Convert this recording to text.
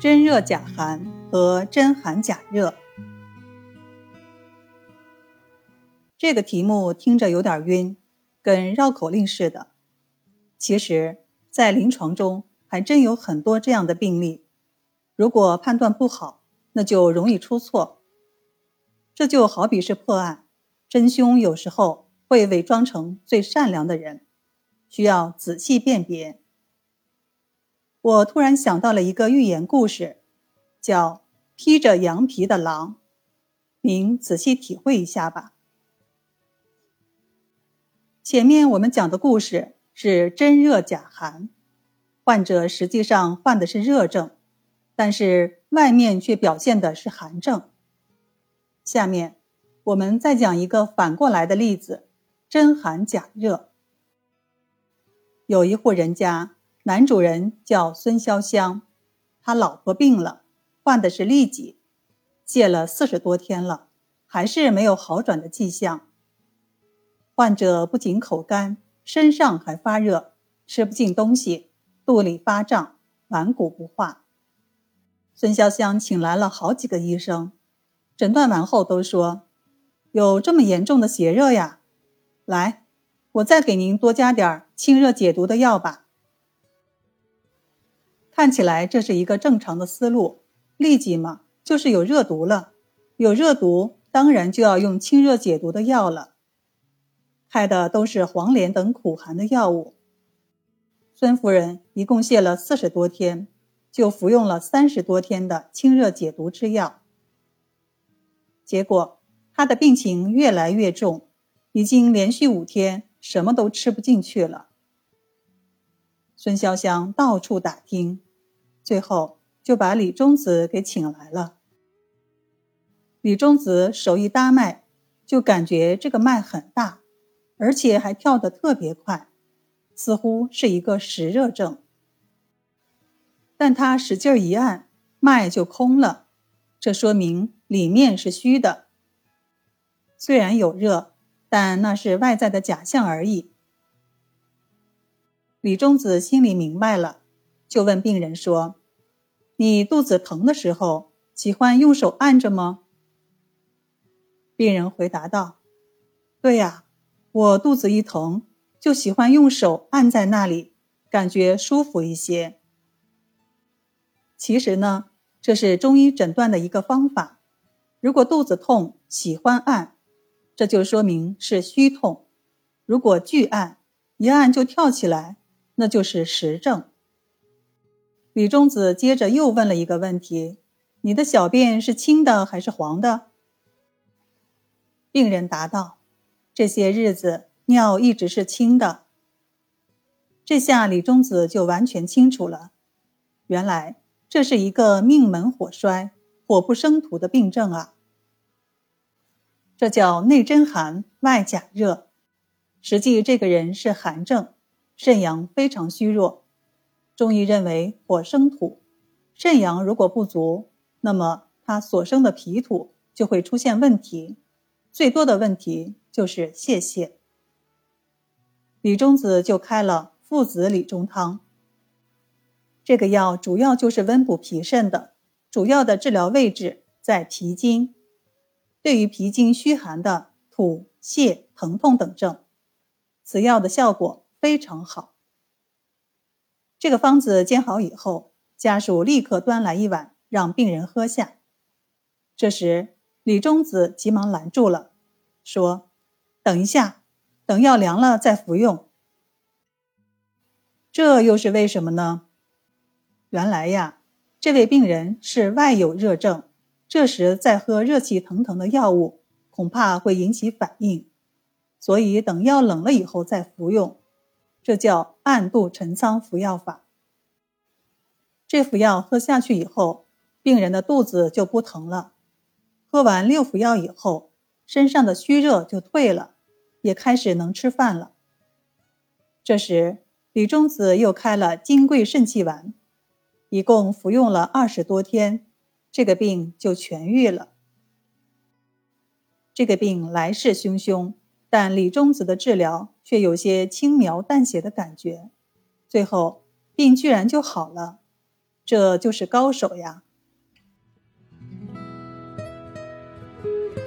真热假寒和真寒假热。这个题目听着有点晕，跟绕口令似的。其实，在临床中还真有很多这样的病例，如果判断不好，那就容易出错。这就好比是破案，真凶有时候会伪装成最善良的人，需要仔细辨别。我突然想到了一个寓言故事，叫披着羊皮的狼，您仔细体会一下吧。前面我们讲的故事是真热假寒，患者实际上患的是热症，但是外面却表现的是寒症。下面我们再讲一个反过来的例子，真寒假热。有一户人家，男主人叫孙潇湘，他老婆病了，患的是痢疾，泻了40多天了，还是没有好转的迹象。患者不仅口干，身上还发热，吃不进东西，肚里发胀，顽固不化。孙潇湘请来了好几个医生，诊断完后都说，有这么严重的邪热呀？来，我再给您多加点清热解毒的药吧。看起来这是一个正常的思路，痢疾嘛，就是有热毒了，有热毒当然就要用清热解毒的药了。开的都是黄连等苦寒的药物。孙夫人一共泻了40多天，就服用了30多天的清热解毒之药。结果她的病情越来越重，已经连续5天什么都吃不进去了。孙潇湘到处打听，最后就把李中子给请来了。李中子手一搭脉，就感觉这个脉很大，而且还跳得特别快，似乎是一个实热症。但他使劲一按，脉就空了，这说明里面是虚的。虽然有热，但那是外在的假象而已。李中子心里明白了，就问病人说，你肚子疼的时候，喜欢用手按着吗？病人回答道，对呀，我肚子一疼，就喜欢用手按在那里，感觉舒服一些。其实呢，这是中医诊断的一个方法。如果肚子痛喜欢按，这就说明是虚痛；如果拒按，一按就跳起来，那就是实症。李中子接着又问了一个问题，你的小便是青的还是黄的？病人答道，这些日子尿一直是青的。这下李中子就完全清楚了，原来这是一个命门火衰、火不生土的病症啊。这叫内真寒，外假热。实际这个人是寒症，肾阳非常虚弱。中医认为火生土，肾阳如果不足，那么他所生的脾土就会出现问题，最多的问题就是泄泻。李中子就开了附子理中汤。这个药主要就是温补脾肾的，主要的治疗位置在脾经。对于脾经虚寒的吐、泻、疼痛等症，此药的效果非常好。这个方子煎好以后，家属立刻端来一碗，让病人喝下。这时李中子急忙拦住了，说，等一下，等药凉了再服用。这又是为什么呢？原来呀，这位病人是外有热症，这时再喝热气腾腾的药物，恐怕会引起反应，所以等药冷了以后再服用，这叫暗度陈仓服药法。这服药喝下去以后，病人的肚子就不疼了。喝完6服药以后，身上的虚热就退了，也开始能吃饭了。这时李中子又开了金匮肾气丸，一共服用了20多天，这个病就痊愈了。这个病来势汹汹，但李中子的治疗却有些轻描淡写的感觉，最后病居然就好了。 这就是高手呀。